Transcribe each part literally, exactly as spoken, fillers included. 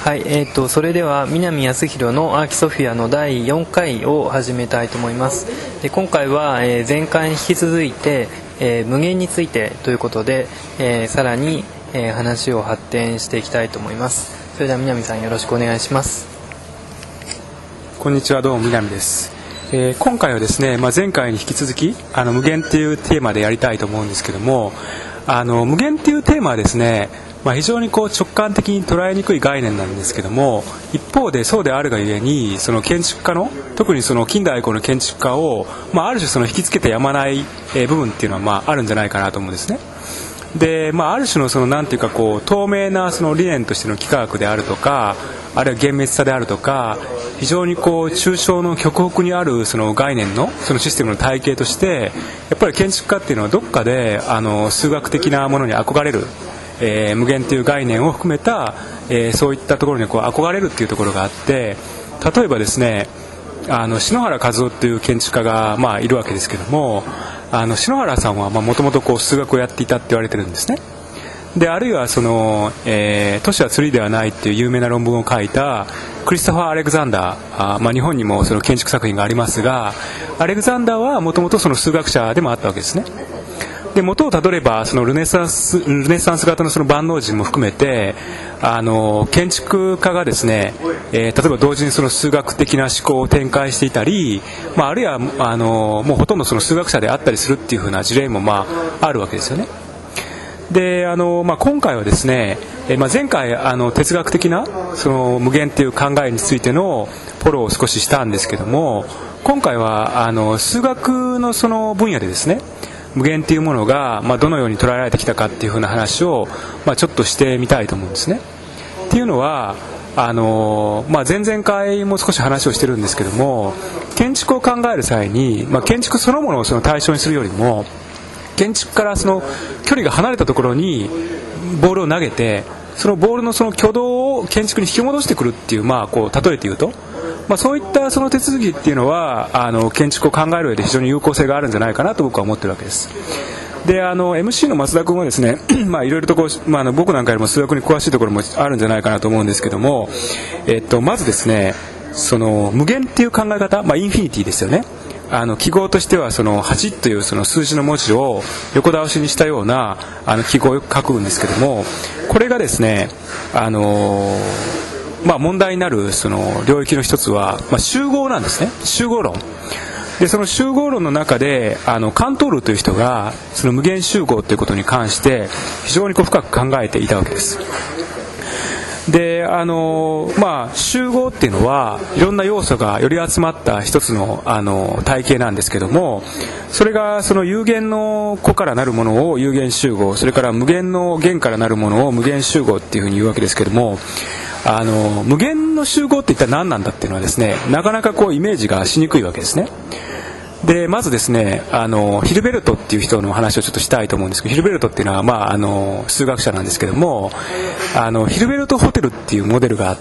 はい、えーと、それでは南康弘のアーキソフィアのだいよんかいを始めたいと思います。で今回は、えー、前回に引き続いて、えー、無限についてということで、えー、さらに、えー、話を発展していきたいと思います。それでは南さんよろしくお願いします。 こんにちは、どうも南です。えー、今回はですね、まあ、前回に引き続きあの無限っていうテーマでやりたいと思うんですけども、あの無限っていうテーマはですね、まあ、非常にこう直感的に捉えにくい概念なんですけども、一方でそうであるがゆえにその建築家の特にその近代以降の建築家を、まあ、ある種その引きつけてやまない、えー、部分っていうのはまああるんじゃないかなと思うんですね。で、まあ、ある種のそのなんていうかこう透明なその理念としての幾何学であるとか、あるいは厳密さであるとか、非常にこう抽象の極北にあるその概念のそのシステムの体系として、やっぱり建築家っていうのはどっかであの数学的なものに憧れる、えー、無限という概念を含めた、えー、そういったところにこう憧れるっていうところがあって、例えばですね、あの篠原和夫っていう建築家がまあいるわけですけども、あの篠原さんはもともと数学をやっていたって言われてるんですね。であるいはその、えー、都市はツリーではないっていう有名な論文を書いたクリストファー・アレクザンダー、あ、まあ、日本にもその建築作品がありますが、アレクザンダーはもともとその数学者でもあったわけですね。で元をたどればそのルネサンスルネサンス型のその万能人も含めて、あの建築家がですね、えー、例えば同時にその数学的な思考を展開していたり、まあ、あるいはあのもうほとんどその数学者であったりするっていう風な事例もまああるわけですよね。であの、まあ、今回はですね、えーまあ、前回あの哲学的なその無限という考えについてのフォローを少ししたんですけども、今回はあの数学のその分野でですね、無限というものが、まあ、どのように捉えられてきたかっていうふうな話を、まあ、ちょっとしてみたいと思うんですね。っていうのはあの、まあ、前々回も少し話をしてるんですけども、建築を考える際に、まあ、建築そのものをその対象にするよりも、建築からその距離が離れたところにボールを投げて、そのボールのその挙動を建築に引き戻してくるっていう、まあ、こう例えて言うと、まあ、そういったその手続きっていうのはあの建築を考える上で非常に有効性があるんじゃないかなと僕は思ってるわけです。であの エムシー の松田君はですねまあいろいろとこう、まあ、あの僕なんかよりも数学に詳しいところもあるんじゃないかなと思うんですけども、えっと、まずですね、その無限っていう考え方、まあ、インフィニティですよね。あの記号としてはそのはちというその数字の文字を横倒しにしたようなあの記号をよく書くんですけども、これがですね、あのまあ、問題になるその領域の一つは、まあ、集合なんですね。集合論で、その集合論の中であのカントールという人がその無限集合ということに関して非常にこう深く考えていたわけです。であのまあ、集合っていうのはいろんな要素がより集まった一つの、あの体系なんですけども、それがその有限の個からなるものを有限集合、それから無限の弦からなるものを無限集合っていうふうに言うわけですけども、あの無限の集合って一体何なんだっていうのはですね、なかなかこうイメージがしにくいわけですね。でまずですね、あのヒルベルトっていう人の話をちょっとしたいと思うんですけど、ヒルベルトっていうのは、まあ、あの数学者なんですけども、あのヒルベルトホテルっていうモデルがあって、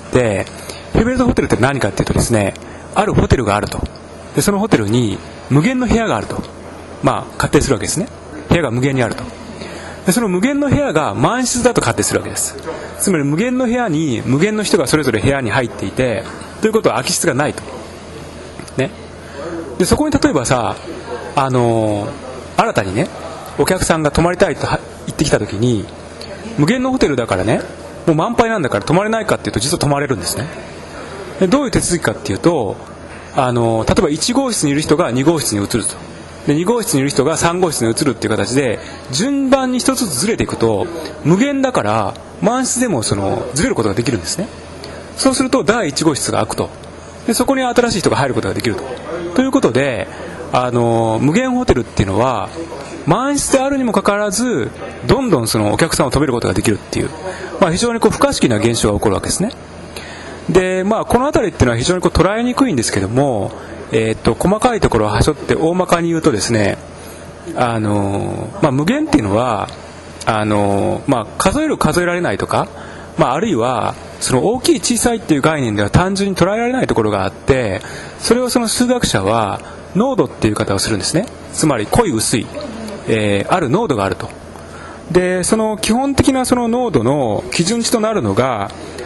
ヒルベルトホテルって何かっていうとですね、あるホテルがあると。でそのホテルに無限の部屋があると、まあ、仮定するわけですね。部屋が無限にあると。でその無限の部屋が満室だと仮定するわけです。つまり無限の部屋に無限の人がそれぞれ部屋に入っていて、ということは空き室がないと、ね。でそこに例えばさ、あのー、新たにねお客さんが泊まりたいと言ってきた時に、無限のホテルだからね、もう満杯なんだから泊まれないかっていうと、実は泊まれるんですね。でどういう手続きかっていうと、あのー、例えばいち号室にいる人がに号室に移ると、でに号室にいる人がさん号室に移るっていう形で順番に一つずつずれていくと、無限だから満室でもそのずれることができるんですね。そうするとだいいち号室が空くと。でそこに新しい人が入ることができると。ということで、あの無限ホテルっていうのは満室であるにもかかわらず、どんどんそのお客さんを止めることができるっていう、まあ、非常にこう不可思議な現象が起こるわけですね。で、まあ、この辺りっていうのは非常にこう捉えにくいんですけども、えー、っと細かいところをはしょって大まかに言うとですね、あの、まあ、無限っていうのはあの、まあ、数える数えられないとか、まあ、あるいはその大きい小さいっていう概念では単純に捉えられないところがあって、それをその数学者は濃度っていう言い方をするんですね。つまり濃い薄い、えー、ある濃度があると。でその基本的なその濃度の基準値となるのが、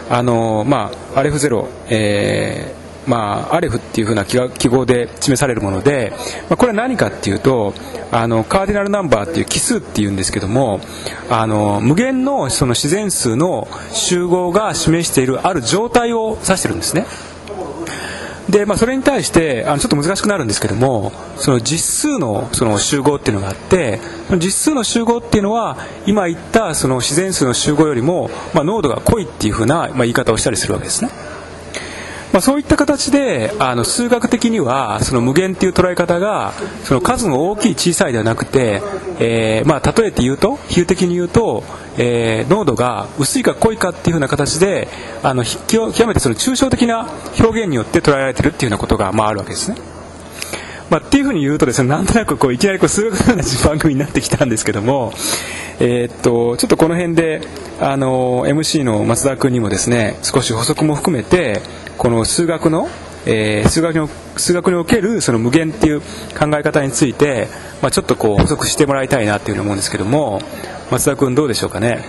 あの、まあ、アレフゼロ、えーまあ、アレフっていう風な記号で示されるもので、まあ、これは何かっていうと、あのカーディナルナンバーっていう奇数っていうんですけども、あの無限のその自然数の集合が示しているある状態を指してるんですね。で、まあ、それに対してあのちょっと難しくなるんですけども、その実数のその集合っていうのがあって、その実数の集合っていうのは今言ったその自然数の集合よりも、まあ、濃度が濃いっていう風な、まあ、言い方をしたりするわけですね。まあ、そういった形であの数学的にはその無限っていう捉え方がその数の大きい小さいではなくて、えーまあ、例えて言うと比喩的に言うと、えー、濃度が薄いか濃いかっていうふうな形であの極めてその抽象的な表現によって捉えられているっていうようなことが、まあ、あるわけですね。まあ、っていうふうに言うとですね、なんとなくこういきなりこう数学のような番組になってきたんですけども、えー、っとちょっとこの辺であの エムシー の松田君にもですね少し補足も含めてこの数学の、えー、数学の数学におけるその無限っていう考え方について、まあ、ちょっとこう補足してもらいたいなっていうふうに思うんですけども、松田君どうでしょうかね。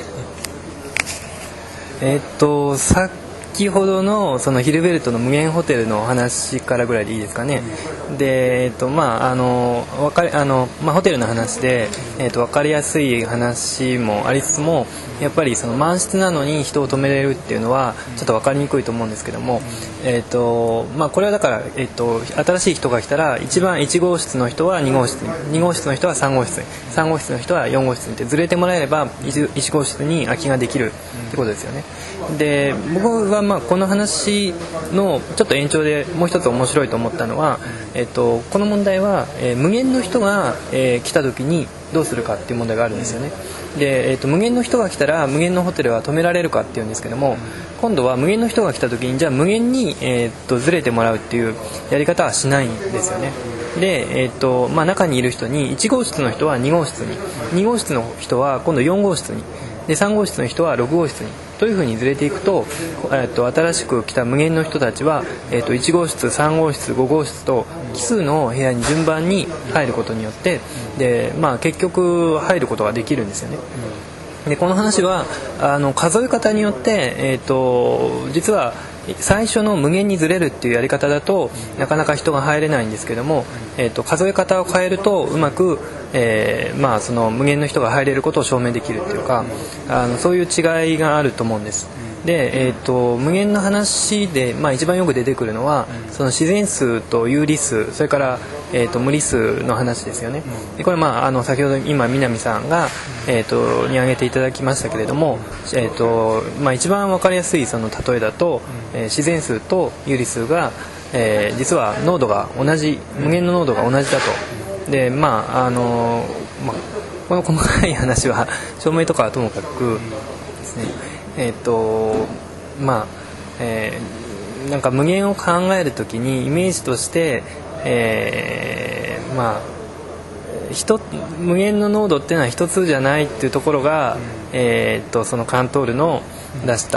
えー、っと先ほどのそのヒルベルトの無限ホテルのお話からぐらいでいいですかね。で、えーっとまああのわかりあのまあ、ホテルの話で、えーっと分かりやすい話もありつつも、やっぱりその満室なのに人を止めれるっていうのはちょっと分かりにくいと思うんですけども、えーっとまあ、これはだから、えーっと新しい人が来たら一番いち号室の人はに号室に、に号室の人はさん号室に、さん号室の人はよん号室にってずれてもらえればいち号室に空きができるってことですよね。で、僕はまあこの話のちょっと延長でもう一つ面白いと思ったのは、えっと、この問題は、えー、無限の人が、えー、来た時にどうするかっていう問題があるんですよね。で、えー、と無限の人が来たら無限のホテルは止められるかっていうんですけども、今度は無限の人が来た時にじゃあ無限に、えー、とずれてもらうっていうやり方はしないんですよね。で、えーとまあ、中にいる人にいち号室の人はに号室に、に号室の人は今度よん号室に、でさん号室の人はろく号室にというふうにずれていくと、えー、と新しく来た無限の人たちは、えー、といち号室、さん号室、ご号室と奇数の部屋に順番に入ることによってで、まあ、結局入ることができるんですよね。でこの話はあの数え方によって、えー、と実は最初の無限にずれるっていうやり方だとなかなか人が入れないんですけども、えー、と数え方を変えるとうまく、えーまあ、その無限の人が入れることを証明できるっていうか、あのそういう違いがあると思うんです。で、えー、と無限の話で、まあ、一番よく出てくるのはその自然数と有理数、それから、えー、と無理数の話ですよね。でこれ、まあ、あの先ほど今南さんが、えー、とに挙げていただきましたけれども、えーとまあ、一番分かりやすいその例えだと、えー、自然数と有理数が、えー、実は濃度が同じ、無限の濃度が同じだと。で、まああのまあ、この細かい話は証明とかはともかくですね、えーとまあえー、なんか無限を考えるときにイメージとして、えー、まあ一無限の濃度っていうのは一つじゃないっていうところが、えー、とそのカントールの出した、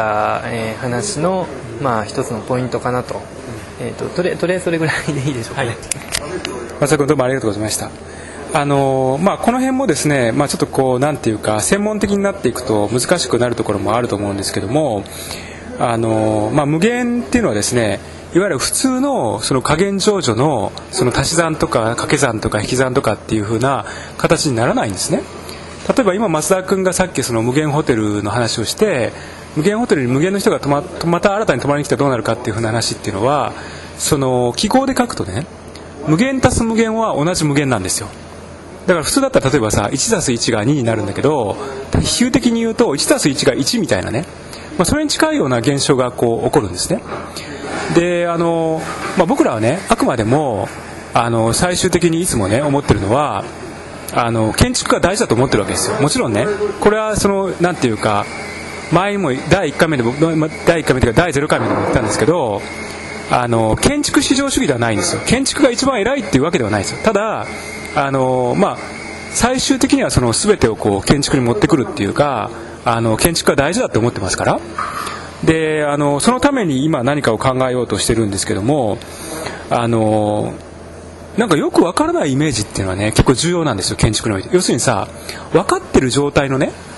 えー、話の、まあ、一つのポイントかなと、えー、ととり、とりあえずそれぐらいでいいでしょうかね。はい、 松田君どうもありがとうございました。あのまあ、この辺もですね、まあ、ちょっとこうなんていうか専門的になっていくと難しくなるところもあると思うんですけども、あの、まあ、無限っていうのはですね、いわゆる普通のその加減乗除のその足し算とか掛け算とか引き算とかっていう風な形にならないんですね。例えば今増田君がさっきその無限ホテルの話をして、無限ホテルに無限の人が泊 ま, また新たに泊まりに来たらどうなるかっていう風な話っていうのは、その記号で書くとね、無限足す無限は同じ無限なんですよ。だから普通だったら例えばさ いちたすいち がにになるんだけど、比喩的に言うと いちたすいち がいちみたいなね、まあ、それに近いような現象がこう起こるんですね。であの、まあ、僕らはねあくまでもあの最終的にいつもね思ってるのはあの建築が大事だと思ってるわけですよ。もちろんねこれはそのなんていうか前にもだいいっかいめでもだいいっかいめというかだいゼロかいめでも言ったんですけど、あの建築至上主義ではないんですよ。建築が一番偉いっていうわけではないですよ。ただあの、まあ、最終的にはその全てをこう建築に持ってくるっていうか、あの建築が大事だと思ってますから。であのそのために今何かを考えようとしてるんですけども、あのなんかよく分からないイメージっていうのはね結構重要なんですよ、建築において。要するにさ、分かってる状態のね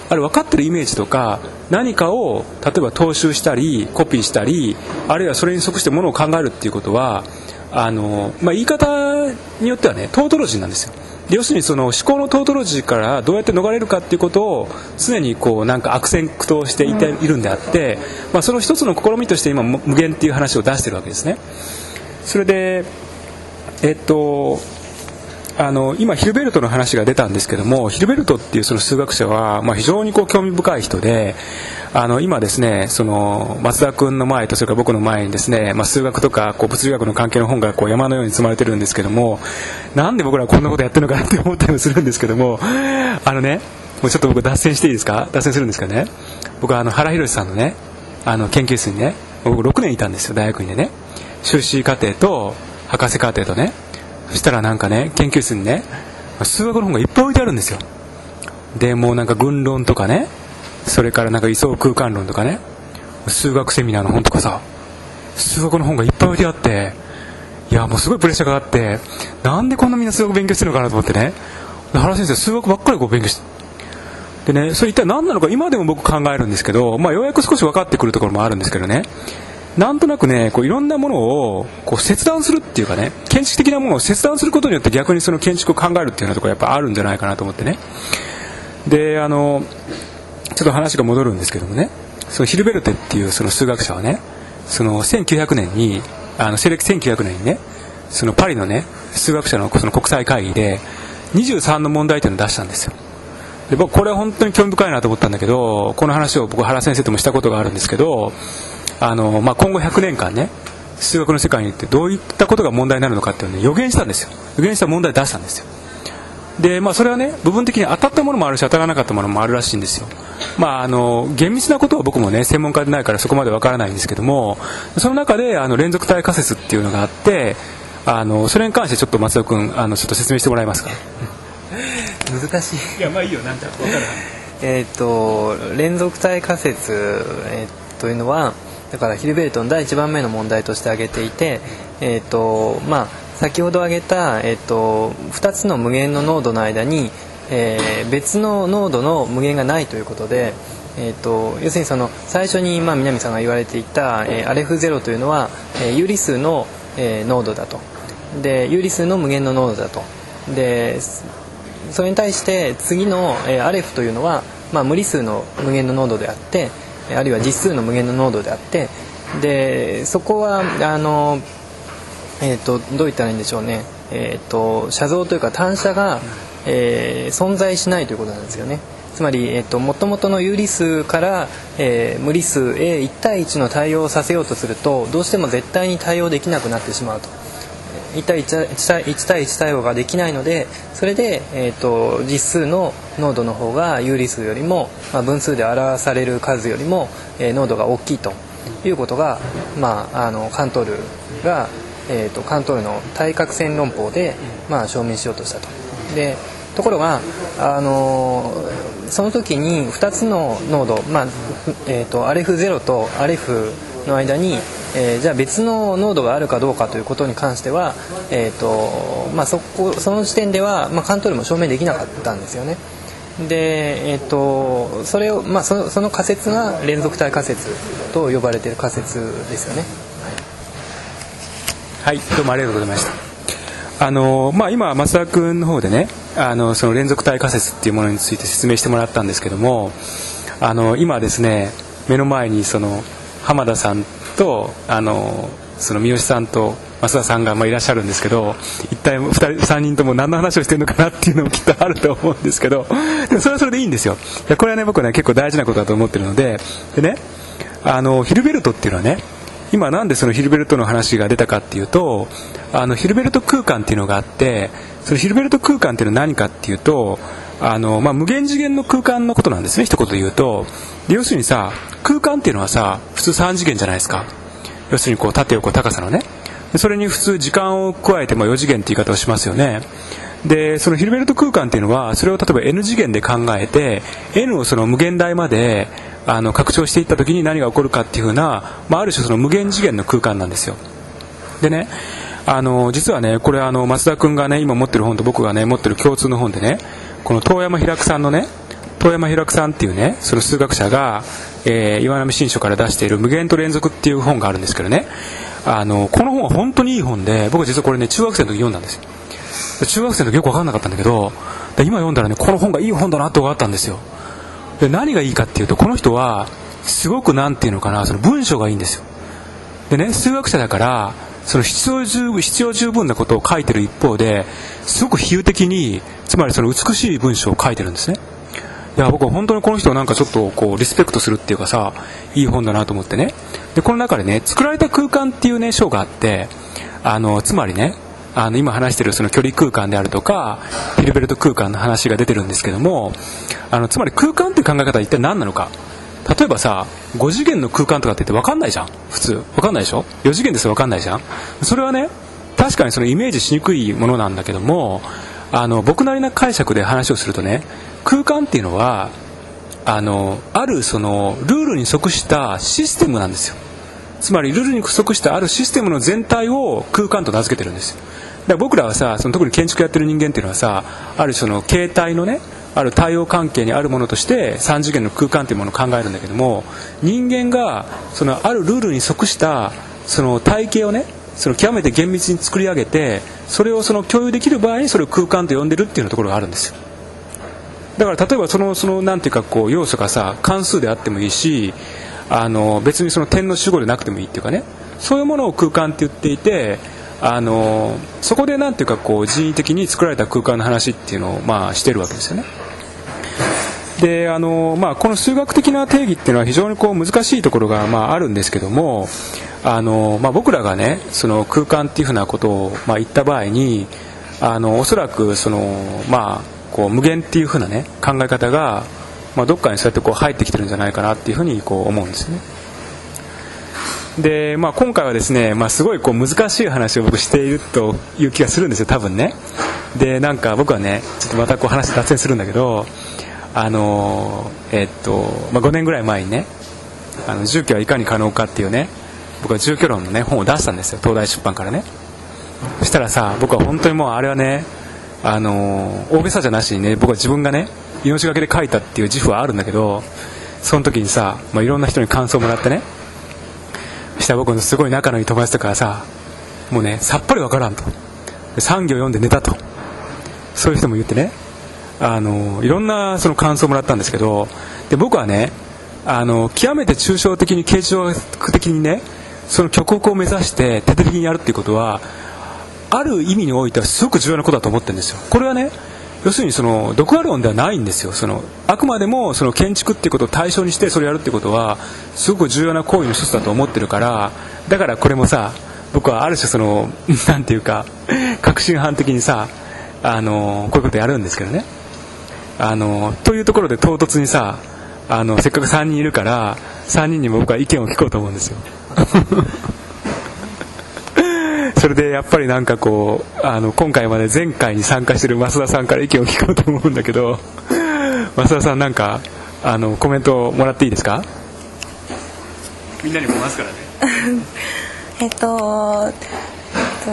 ある分かってるイメージとか何かを例えば踏襲したりコピーしたり、あるいはそれに即してものを考えるっていうことはあの、まあ、言い方によってはねトートロジーなんですよ。で要するにその思考のトートロジーからどうやって逃れるかっていうことを常にこうなんか悪戦苦闘していているんであって、まあ、その一つの試みとして今無限っていう話を出してるわけですね。それでえっとあの今ヒルベルトの話が出たんですけども、ヒルベルトっていうその数学者は、まあ、非常にこう興味深い人で、あの今ですねその松田君の前とそれから僕の前にですね、まあ、数学とかこう物理学の関係の本がこう山のように積まれてるんですけども、なんで僕らこんなことやってるのかなって思ったりもするんですけども、あのねもうちょっと僕脱線していいですか。脱線するんですけどね、僕はあの原宏さんのねあの研究室にね僕ろくねんいたんですよ、大学院でね。修士課程と博士課程とね。そしたらなんかね研究室にね数学の本がいっぱい置いてあるんですよ。でもうなんか群論とかね、それからなんか位相空間論とかね、数学セミナーの本とかさ、数学の本がいっぱい置いてあって、いやもうすごいプレッシャーがあって、なんでこんなみんな数学勉強してるのかなと思ってね。原先生数学ばっかりこう勉強してでね、それ一体何なのか今でも僕考えるんですけど、まあようやく少し分かってくるところもあるんですけどね、なんとなくねこういろんなものをこう切断するっていうかね、建築的なものを切断することによって逆にその建築を考えるっていうようなところがやっぱあるんじゃないかなと思ってね。であのちょっと話が戻るんですけどもね、そのヒルベルテっていうその数学者はね、そのせんきゅうひゃくねんにあの西暦せんきゅうひゃくねんにね、そのパリのね数学者のその国際会議でにじゅうさんの問題点を出したんですよ。で僕これは本当に興味深いなと思ったんだけど、この話を僕原先生ともしたことがあるんですけど、あの、まあ、今後ひゃくねんかんね数学の世界に行ってどういったことが問題になるのかっていうのを、ね、予言したんですよ。予言した問題を出したんですよ。で、まあ、それはね部分的に当たったものもあるし当たらなかったものもあるらしいんですよ。まあ、あの厳密なことは僕もね専門家でないからそこまでわからないんですけども、その中であの連続体仮説っていうのがあって、あのそれに関してちょっと松尾君あのちょっと説明してもらえますか。 難しい。 いやまあいいよ、なんか分かる。 えっと連続体仮説、えー、というのはだからヒルベルトのだいいちばんめの問題として挙げていて、えーとまあ、先ほど挙げた、えーとふたつの無限の濃度の間に、えー、別の濃度の無限がないということで、えーと要するにその最初に、まあ、南さんが言われていた、えー、アレフゼロというのは、えー、有理数の、えー、濃度だと。で有理数の無限の濃度だと。でそれに対して次の、えー、アレフというのは、まあ、無理数の無限の濃度であって、あるいは実数の無限の濃度であって、でそこはあの、えー、とどう言ったらいいんでしょうね、えー、と写像というか単写が、えー、存在しないということなんですよね。つまり、えー、と元々の有理数から、えー、無理数へいち対いちの対応をさせようとするとどうしても絶対に対応できなくなってしまうと。いち対いち対応ができないので、それで、えー、と実数の濃度の方が有理数よりも、まあ、分数で表される数よりも、えー、濃度が大きいということが、まあ、あのカントールが、えー、とカントールの対角線論法で、まあ、証明しようとしたと。でところが、あのー、その時にふたつの濃度、まあえー、とアレフゼロとアレフの間に、えー、じゃあ別の濃度があるかどうかということに関しては、えーとまあ、そこその時点では、まあ、カントールも証明できなかったんですよね。で、えー、とそれを、まあ、その、その仮説が連続体仮説と呼ばれている仮説ですよね。 はい、はい、どうもありがとうございました。あの、まあ、今増田君の方でねあのその連続体仮説っていうものについて説明してもらったんですけども、あの今ですね目の前にその浜田さんとあのその三好さんと増田さんがまあいらっしゃるんですけど、一体ふたりさんにんとも何の話をしてるのかなっていうのもきっとあると思うんですけど、でもそれはそれでいいんですよ。いやこれはね僕はね結構大事なことだと思ってるので、でねあのヒルベルトっていうのはね、今なんでそのヒルベルトの話が出たかっていうと、あのヒルベルト空間っていうのがあって、そのヒルベルト空間っていうのは何かっていうと、あの、まあ、無限次元の空間のことなんですね、一言で言うと。で要するにさ、空間っていうのはさ普通さん次元じゃないですか。要するにこう縦横高さのね、それに普通時間を加えてまあよ次元って言い方をしますよね。でそのヒルベルト空間っていうのはそれを例えば N 次元で考えて N をその無限大まであの拡張していった時に何が起こるかっていう風な、まあ、ある種その無限次元の空間なんですよ。でねあの実はねこれあの増田君がね今持ってる本と僕がね持ってる共通の本でね、この遠山平久さんのね遠山弘明さんっていうね、その数学者が、えー、岩波新書から出している無限と連続っていう本があるんですけどね、あのこの本は本当にいい本で、僕は実はこれね中学生の時読んだんですよ。中学生の時よく分かんなかったんだけど、今読んだらね、この本がいい本だなって分かったんですよ。で何がいいかっていうと、この人はすごくなんていうのかな、その文章がいいんですよ。でね、数学者だからその必要十分、必要十分なことを書いてる一方で、すごく比喩的に、つまりその美しい文章を書いてるんですね。いや僕は本当にこの人をなんかちょっとこうリスペクトするっていうかさ、いい本だなと思ってね。でこの中でね、作られた空間っていうね章があって、あのつまりね、あの今話しているその距離空間であるとかヒルベルト空間の話が出てるんですけども、あのつまり空間っていう考え方は一体何なのか。例えばさ、ご次元の空間とかって言って分かんないじゃん。普通分かんないでしょ。よ次元ですら分かんないじゃん。それはね、確かにそのイメージしにくいものなんだけども、あの僕なりな解釈で話をするとね、空間っていうのはあのあるそのルールに即したシステムなんですよ。つまりルールに即したあるシステムの全体を空間と名付けてるんですよ。だから僕らはさ、その特に建築やってる人間っていうのはさ、あるその形態のね、ある対応関係にあるものとしてさん次元の空間というものを考えるんだけども、人間がそのあるルールに即したその体系をね、その極めて厳密に作り上げて、それをその共有できる場合にそれを空間と呼んでるっていうところがあるんですよ。だから例えばそのそのなんていうかこう要素がさ、関数であってもいいし、あの別にその点の集合でなくてもいいっていうかね、そういうものを空間って言っていて、あのそこでなんていうかこう人為的に作られた空間の話っていうのをまあしてるわけですよね。であの、まあ、この数学的な定義っていうのは非常にこう難しいところがまああるんですけども、あの、まあ、僕らがねその空間っていうふうなことをまあ言った場合に、あのおそらくその、まあ、こう無限っていうふうなね考え方が、まあ、どっかにそうやってこう入ってきてるんじゃないかなっていうふうにこう思うんですね。で、まあ、今回はですね、まあ、すごいこう難しい話を僕しているという気がするんですよ、多分ね。でなんか僕はねちょっとまたこう話脱線するんだけど、あのえっとまあ、ごねんぐらい前にね、あの住居はいかに可能かっていうね、僕は住居論の、ね、本を出したんですよ、東大出版からね。そしたらさ、僕は本当にもうあれはね、あの大げさじゃなしにね、僕は自分がね命がけで書いたっていう自負はあるんだけど、その時にさ、まあ、いろんな人に感想をもらってね、そしたら僕のすごい仲のいい友達とかさ、もうねさっぱりわからんと、さん行読んで寝たと、そういう人も言ってね、あのいろんなその感想をもらったんですけど、で僕はね、あの極めて抽象的に形状的にねその極北を目指して徹底的にやるっていうことは、ある意味においてはすごく重要なことだと思ってるんですよ。これはね、要するにその独学論ではないんですよ。そのあくまでもその建築っていうことを対象にしてそれをやるっていうことはすごく重要な行為の一つだと思ってるから、だからこれもさ、僕はある種そのなんていうか革新犯的にさ、あのこういうことやるんですけどね。あのというところで唐突にさ、あのせっかくさんにんいるからさんにんにも僕は意見を聞こうと思うんですよそれでやっぱりなんかこう、あの今回まで前回に参加している増田さんから意見を聞こうと思うんだけど増田さん、なんかあのコメントをもらっていいですか。みんなにもますからねえっとえっと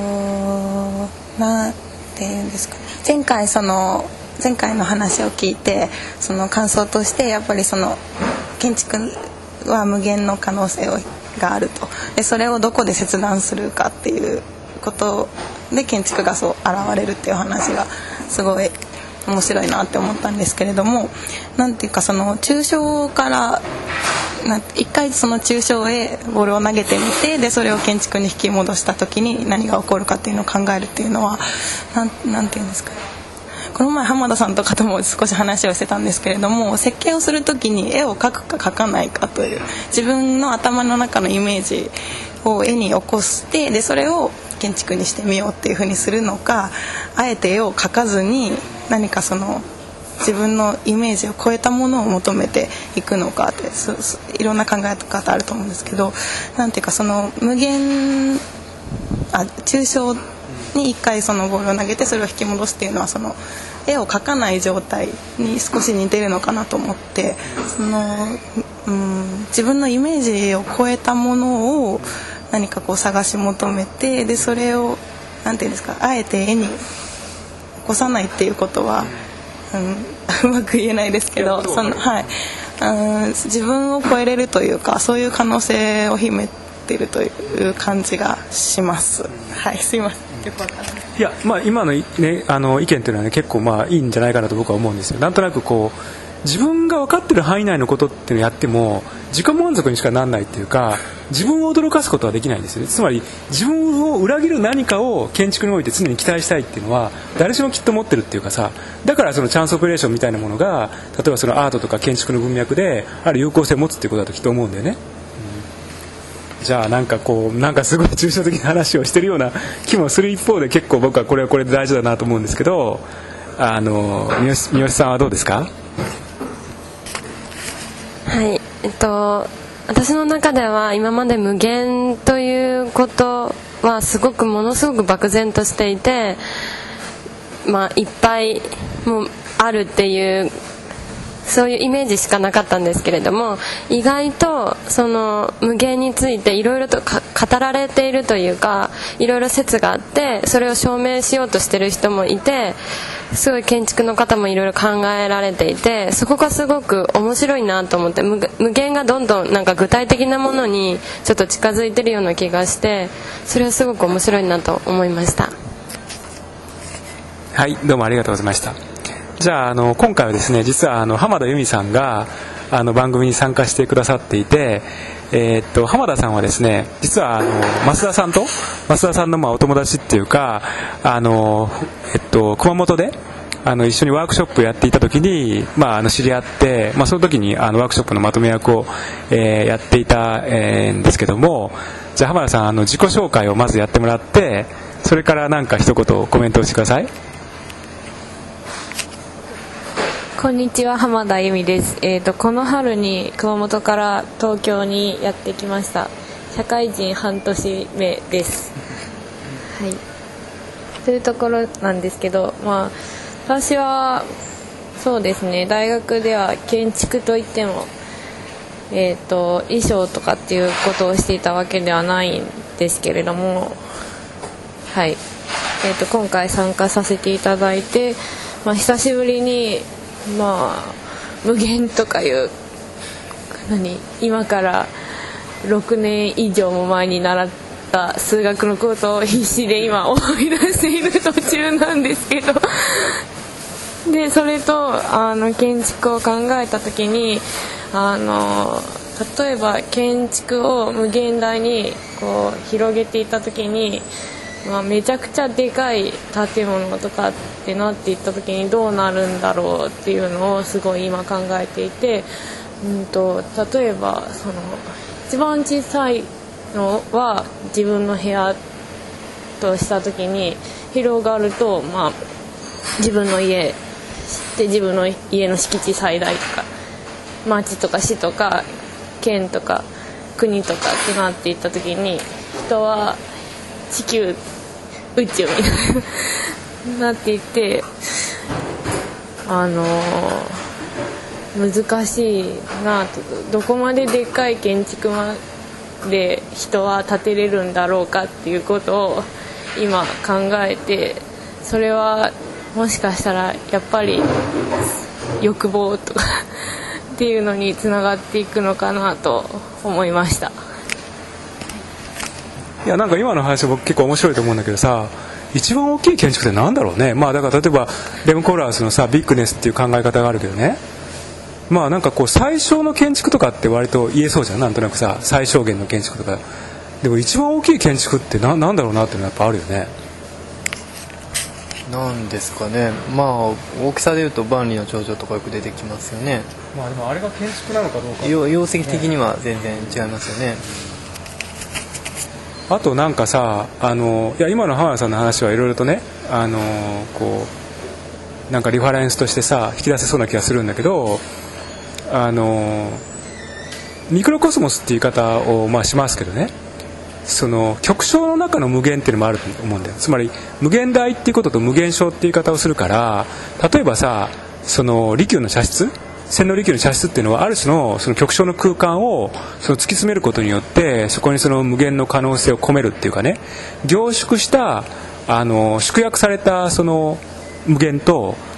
なんていうんですか、前回その前回の話を聞いて、その感想としてやっぱりその建築は無限の可能性があると、でそれをどこで切断するかっていうことで建築がそう現れるっていう話がすごい面白いなって思ったんですけれども、なんていうかその抽象から一回その抽象へボールを投げてみて、でそれを建築に引き戻した時に何が起こるかっていうのを考えるっていうのはなん、なんていうんですかね、この前浜田さんとかとも少し話をしてたんですけれども、設計をするときに絵を描くか描かないかという自分の頭の中のイメージを絵に起こして、でそれを建築にしてみようっていう風にするのか、あえて絵を描かずに何かその自分のイメージを超えたものを求めていくのかって、そそいろんな考え方あると思うんですけど、なんていうかその無限あ抽象に一回そのボールを投げてそれを引き戻すっていうのは、その絵を描かない状態に少し似てるのかなと思って、その、うん、自分のイメージを超えたものを何かこう探し求めて、でそれをなんていうんですか、あえて絵に起こさないっていうことは、うん、 うまく言えないですけど、その、はい、うん自分を超えれるというか、そういう可能性を秘めているという感じがします。はい、すいません。 いや、まあ、今の、ね、あの意見というのは、ね、結構まあいいんじゃないかなと僕は思うんですよ。なんとなくこう自分が分かっている範囲内のことっていうのをやっても自己満足にしかならないっていうか、自分を驚かすことはできないんですよね。つまり自分を裏切る何かを建築において常に期待したいっていうのは誰しもきっと持ってるっていうかさ、だからそのチャンスオペレーションみたいなものが例えばそのアートとか建築の文脈である有効性を持つっていうことだときっと思うんだよね。じゃあなんかこうなんかすごい抽象的な話をしてるような気もする一方で、結構僕はこれはこれで大事だなと思うんですけど、あの三好、三好さんはどうですか？ はい、えっと私の中では今まで無限ということはすごくものすごく漠然としていて、まあいっぱいもうあるっていうそういうイメージしかなかったんですけれども、意外とその無限についていろいろと語られているというか、いろいろ説があってそれを証明しようとしている人もいて、すごい建築の方もいろいろ考えられていて、そこがすごく面白いなと思って、無限がどんどんなんか具体的なものにちょっと近づいてるような気がして、それはすごく面白いなと思いました。 はい、どうもありがとうございました。じゃあ、あの今回はですね、実はあの浜田由美さんがあの番組に参加してくださっていて、えー、っと浜田さんはですね、実はあの増田さんと増田さんのまあお友達っていうか、あの、えっと、熊本であの一緒にワークショップやっていた時に、まあ、あの知り合って、まあ、その時にあのワークショップのまとめ役を、えー、やっていた、えー、んですけども、じゃあ浜田さん、あの自己紹介をまずやってもらって、それからなんか一言コメントをしてください。 こんにちは、浜田由美です。えーと、この春に熊本から東京にやってきました。社会人半年目です。はい。というところなんですけど、まあ私はそうですね、大学では建築といっても、えーと、衣装とかっていうことをしていたわけではないんですけれども、はい。えーと、今回参加させていただいて、まあ久しぶりにまあ無限とかいう何今からろくねん以上も前に習った数学のことを必死で今思い出している途中なんですけどでそれとあの建築を考えた時に、あの例えば建築を無限大にこう広げていった時に、まあ、めちゃくちゃでかい建物とかってなっていった時にどうなるんだろうっていうのをすごい今考えていて、うんと例えばその一番小さいのは自分の部屋とした時に広がると、まあ、自分の家で自分の家の敷地最大とか町とか市とか県とか国とかってなっていった時に、人は地球宇宙みたいになっていって、あのー、難しいなと。どこまででっかい建築まで人は建てれるんだろうかっていうことを今考えて、それはもしかしたらやっぱり欲望とかっていうのにつながっていくのかなと思いました。 いや、なんか今の話僕結構面白いと思うんだけどさ、一番大きい建築ってなんだろうね。まあだから例えばレム・コーラースのさビッグネスっていう考え方があるけどね、まあなんかこう最小の建築とかって割と言えそうじゃん、なんとなくさ最小限の建築とか。でも一番大きい建築ってななんだろうなっていうのはやっぱあるよね。 なんですかね。まあ大きさでいうと万里の長城とかよく出てきますよね。 まあでもあれが建築なのかどうか、 容積的には全然違いますよね。 あとなんかさ、あのいや今の浜田さんの話はいろいろとね、あのこうなんかリファレンスとしてさ引き出せそうな気がするんだけど、あのミクロコスモスっていう言い方をまあしますけどね、その極小の中の無限っていうのもあると思うんだよ。つまり無限大っていうことと無限小っていう言い方をするから、例えばさその利休の茶室、千利休の茶室っていうのはある種のその極小の空間をその突き詰めることによってそこにその無限の可能性を込めるっていうかね、凝縮したあの縮約されたその無限と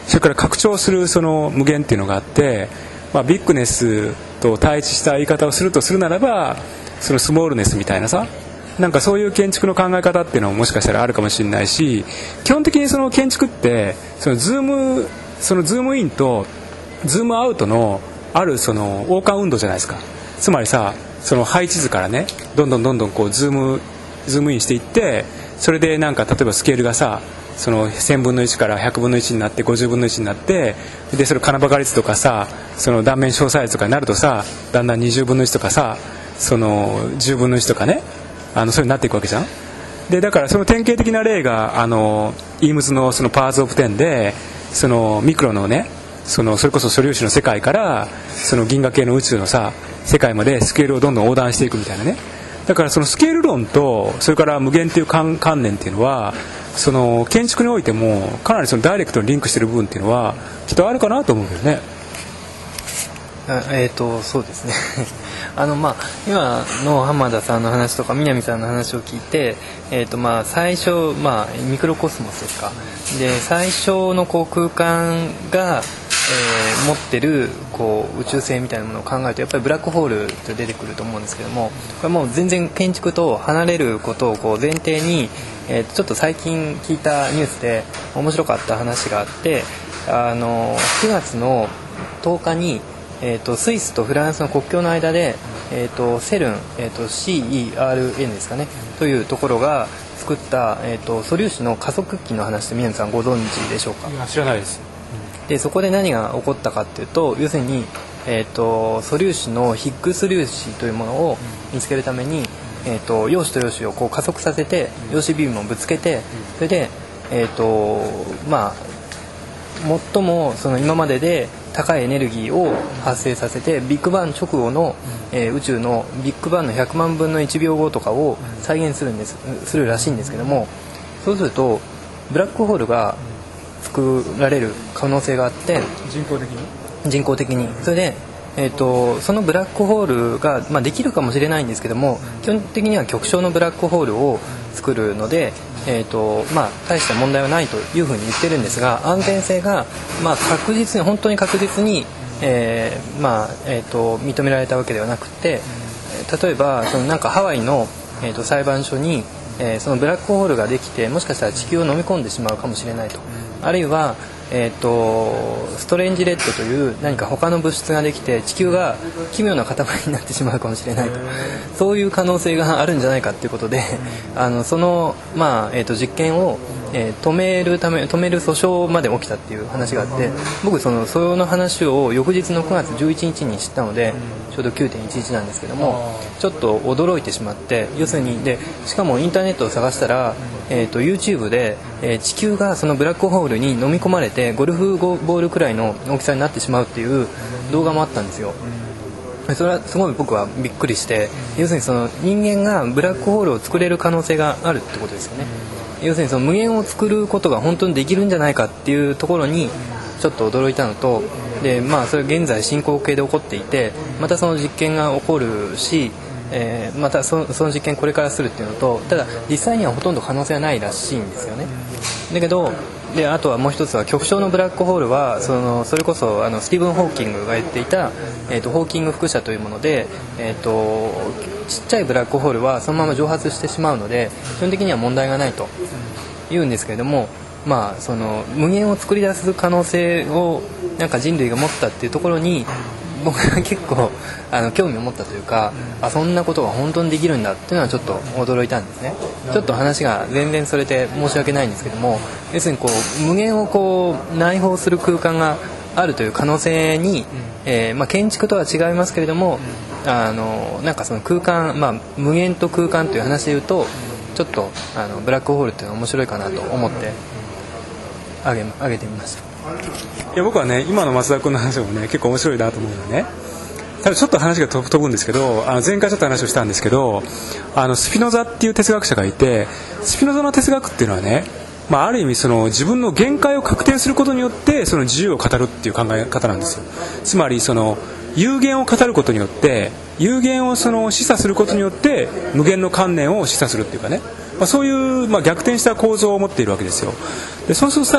それから拡張するその無限っていうのがあって、まあ、ビッグネスと対峙した言い方をするとするならばそのスモールネスみたいなさ、なんかそういう建築の考え方っていうのももしかしたらあるかもしれないし、基本的にその建築ってそのズームそのズームインとズームアウトのあるその王冠運動じゃないですか。つまりさ、その配置図からねどんどんどんどんこうズームズームインしていって、それでなんか例えばスケールがさそのせんぶんのいちからひゃくぶんのいちになってごじゅうぶんのいちになって、でそれ金バカ率とかさその断面詳細率とかになるとさだんだんにじゅうぶんのいちとかさそのじゅうぶんのいちとかね、あのそういうになっていくわけじゃん。でだからその典型的な例があのイームズのそのパワーズオブテンで、そのミクロのねそのそれこそ素粒子の世界からその銀河系の宇宙のさ世界までスケールをどんどん横断していくみたいなね。だからそのスケール論とそれから無限っていう観念っていうのはその建築においてもかなりそのダイレクトにリンクしている部分っていうのはきっとあるかなと思うけどね。 あえーとそうですねあの、まあ、今の浜田さんの話とか南さんの話を聞いて、えーとまあ、最初、まあ、ミクロコスモスですかで最初のこう空間が、えー、持ってるこう宇宙性みたいなものを考えるとやっぱりブラックホールって出てくると思うんですけども、これもう全然建築と離れることをこう前提に、えー、とちょっと最近聞いたニュースで面白かった話があって、あのくがつのとおかにえー、とスイスとフランスの国境の間で、えー、とセルン、えー、と シーイーアールエヌ ですかねというところが作った、えー、と素粒子の加速器の話って南さんご存知でしょうか。 いや知らないです、 うん、でそこで何が起こったかっていうと、要するに、えー、と素粒子のヒッグス粒子というものを見つけるために、えー、と陽子と陽子をこう加速させて陽子ビームをぶつけて、それで、えーとまあ、最もその今までで高いエネルギーを発生させてビッグバン直後の、えー、宇宙のビッグバンのひゃくまんぶんのいちびょうごとかを再現するんですするらしいんですけども、そうするとブラックホールが作られる可能性があって、 人工的に人工的にそれで、えー、とそのブラックホールが、まあ、できるかもしれないんですけども、基本的には極小のブラックホールを作るので、えーとまあ、大した問題はないというふうに言ってるんですが、安全性が、まあ、確実に本当に確実に、えーまあえー、と認められたわけではなくて、例えばそのなんかハワイの、えー、と裁判所に、えー、そのブラックホールができてもしかしたら地球を飲み込んでしまうかもしれないと、あるいはえー、とストレンジレッドという何か他の物質ができて地球が奇妙な塊になってしまうかもしれないと、そういう可能性があるんじゃないかということで、あのその、まあえー、と実験を、えー、止めるため止める訴訟まで起きたっていう話があって、僕そのその話を翌日のくがつじゅういちにちに知ったので、ちょうど きゅうてんいちいち なんですけども、ちょっと驚いてしまって、要するにでしかもインターネットを探したら、えー、と YouTube で、えー、地球がそのブラックホールに飲み込まれてゴルフボールくらいの大きさになってしまうっていう動画もあったんですよ。それはすごい僕はびっくりして、要するにその人間がブラックホールを作れる可能性があるってことですよね。要するにその無限を作ることが本当にできるんじゃないかっていうところにちょっと驚いたのと、で、まあ、それ現在進行形で起こっていて、またその実験が起こるし、えー、また そ, その実験これからするっていうのと、ただ実際にはほとんど可能性はないらしいんですよね。だけどであとはもう一つは極小のブラックホールはそのそれこそあのスティーブン・ホーキングが言っていた、えー、とホーキング輻射というもので、えー、とちっちゃいブラックホールはそのまま蒸発してしまうので基本的には問題がないと言うんですけれども、まあ、その無限を作り出す可能性をなんか人類が持ったっていうところに僕は結構あの興味を持ったというか、あそんなことが本当にできるんだっていうのはちょっと驚いたんですね。ちょっと話が全然それで申し訳ないんですけども、要するにこう無限をこう内包する空間があるという可能性に、えーまあ、建築とは違いますけれども、あのなんかその空間、まあ、無限と空間という話でいうとちょっとあのブラックホールっていうのは面白いかなと思ってあげ、あげてみました。 いや僕はね今の松田君の話もね結構面白いなと思うのね。ただちょっと話が飛ぶんですけど、あの前回ちょっと話をしたんですけど、あのスピノザっていう哲学者がいて、スピノザの哲学っていうのはね、まあ、ある意味その自分の限界を確定することによってその自由を語るっていう考え方なんですよ。つまりその有限を語ることによって有限をその示唆することによって無限の観念を示唆するっていうかね、まあ、そういうまあ逆転した構造を持っているわけですよ。でそうするとさ、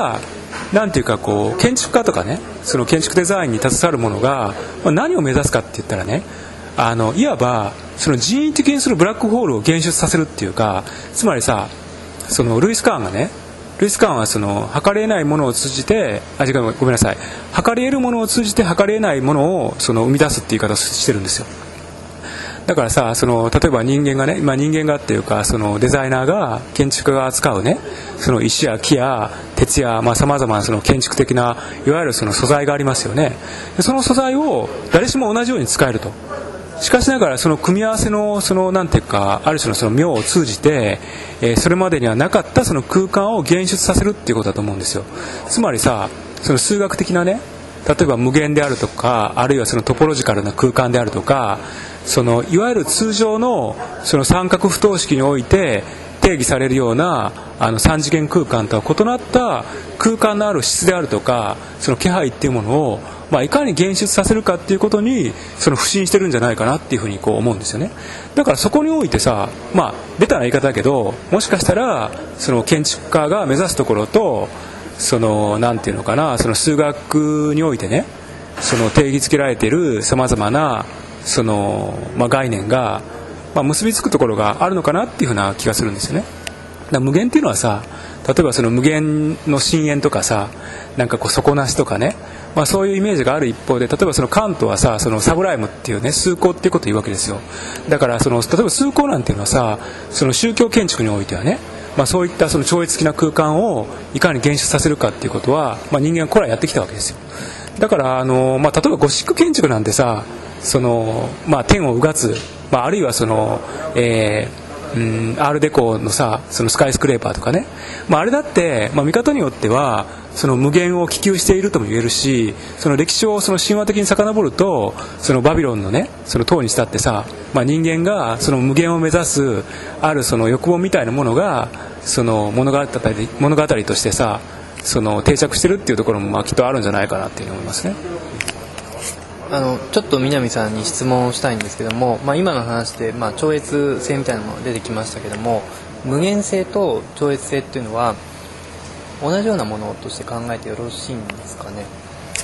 なんていうかこう建築家とかね、その建築デザインに携わる者が、まあ、何を目指すかって言ったらね、あのいわばその人為的にするブラックホールを現出させるっていうか、つまりさ、そのルイス・カーンがね、ルイス・カーンはその測り得ないものを通じて、あ、違う、ごめんなさい、測り得るものを通じて測り得ないものをその生み出すっていう言い方をしてるんですよ。だからさ、その例えば人間がね、まあ、人間がっていうかそのデザイナーが建築家が扱うね、その石や木や鉄やさまざ、まなその建築的ないわゆるその素材がありますよね。でその素材を誰しも同じように使えると。しかしながらその組み合わせのそのなんていうか、ある種のその妙を通じて、えー、それまでにはなかったその空間を現出させるっていうことだと思うんですよ。つまりさ、その数学的なね、例えば無限であるとか、あるいはそのトポロジカルな空間であるとか、そのいわゆる通常のその三角不等式において定義されるようなあの三次元空間とは異なった空間のある質であるとか、その気配っていうものを、まあ、いかに現出させるかっていうことにその不信してるんじゃないかなっていうふうにこう思うんですよね。だからそこにおいてさ、まあベタな言い方だけど、もしかしたらその建築家が目指すところと、そのなんていうのかな、その数学においてね、その定義づけられているさまざまなその、まあ、概念が、まあ、結びつくところがあるのかなっていうふうな気がするんですよね。だから無限っていうのはさ、例えばその無限の深淵とかさ、なんかこう底なしとかね、まあ、そういうイメージがある一方で、例えばそのカントはさ、そのサブライムっていうね、崇高っていうことを言うわけですよ。だからその例えば崇高なんていうのはさ、その宗教建築においてはね、まあ、そういったその超越的な空間をいかに現出させるかっていうことは、まあ、人間は古来やってきたわけですよ。だからあの、まあ、例えばゴシック建築なんてさ、そのまあ、天をうがつ、まあ、あるいはその、えー、うん、アールデコのさ、そのスカイスクレーパーとかね、まあ、あれだって、まあ、見方によってはその無限を希求しているとも言えるし、その歴史をその神話的に遡ると、そのバビロンのね、その塔にしたってさ、まあ、人間がその無限を目指すあるその欲望みたいなものがその物語、物語としてさ、その定着してるっていうところもまあきっとあるんじゃないかなっていうふうに思いますね。 あのちょっと南さんに質問をしたいんですけども、まあ、今の話で、まあ、超越性みたいなのも出てきましたけども、無限性と超越性っていうのは同じようなものとして考えてよろしいんですかね。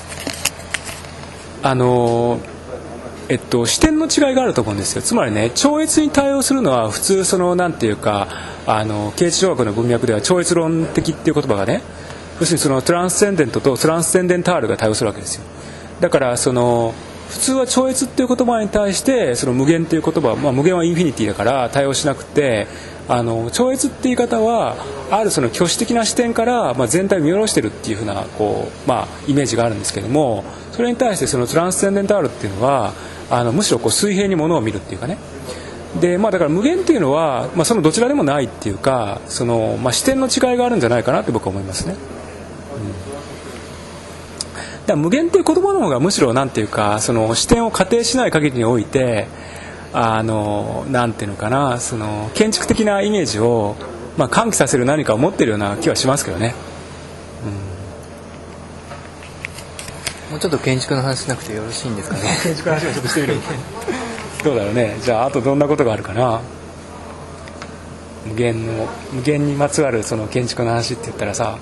あのえっと、視点の違いがあると思うんですよ。つまりね、超越に対応するのは普通そのなんていうか、あの形地上学の文脈では超越論的っていう言葉がね、要するにそのトランスセンデントとトランスセンデンタールが対応するわけですよ。だからその普通は超越っていう言葉に対してその無限っていう言葉は、まあ、無限はインフィニティだから対応しなくて、あの超越って言い方はあるその虚子的な視点から、まあ、全体を見下ろしてるっていうふうなこう、まあ、イメージがあるんですけども、それに対してそのトランスセンデンタールっていうのはあのむしろこう水平にものを見るっていうかね。で、まあ、だから無限っていうのは、まあ、そのどちらでもないっていうか、その、まあ、視点の違いがあるんじゃないかなって僕は思いますね。だから無限っていう言葉の方がむしろなんていうか、その視点を仮定しない限りにおいて、あのなんていうのかな、その建築的なイメージを、まあ、喚起させる何かを持っているような気はしますけどね。 うん、もうちょっと建築の話しなくてよろしいんですかね。 建築の話をちょっとしてみる。どうだろうね。じゃああとどんなことがあるかな。無限の無限にまつわるその建築の話って言ったらさ、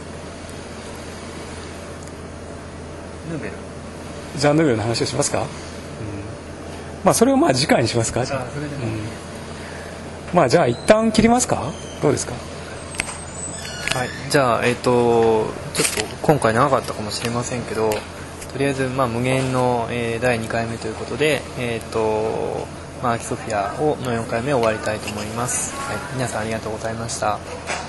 ヌーベル。 ジャン・ヌーベルの話をしますか。うん、まあそれをまあ次回にしますか。 あ、それでも、うん、 まあじゃあ一旦切りますか。どうですか。 はい、じゃあえっ、ー、とちょっと今回長かったかもしれませんけど、とりあえずまあ無限の、えー、だいにかいめということで、えっ、ー、とまあアキソフィアをのよんかいめ終わりたいと思います。はい、皆さんありがとうございました。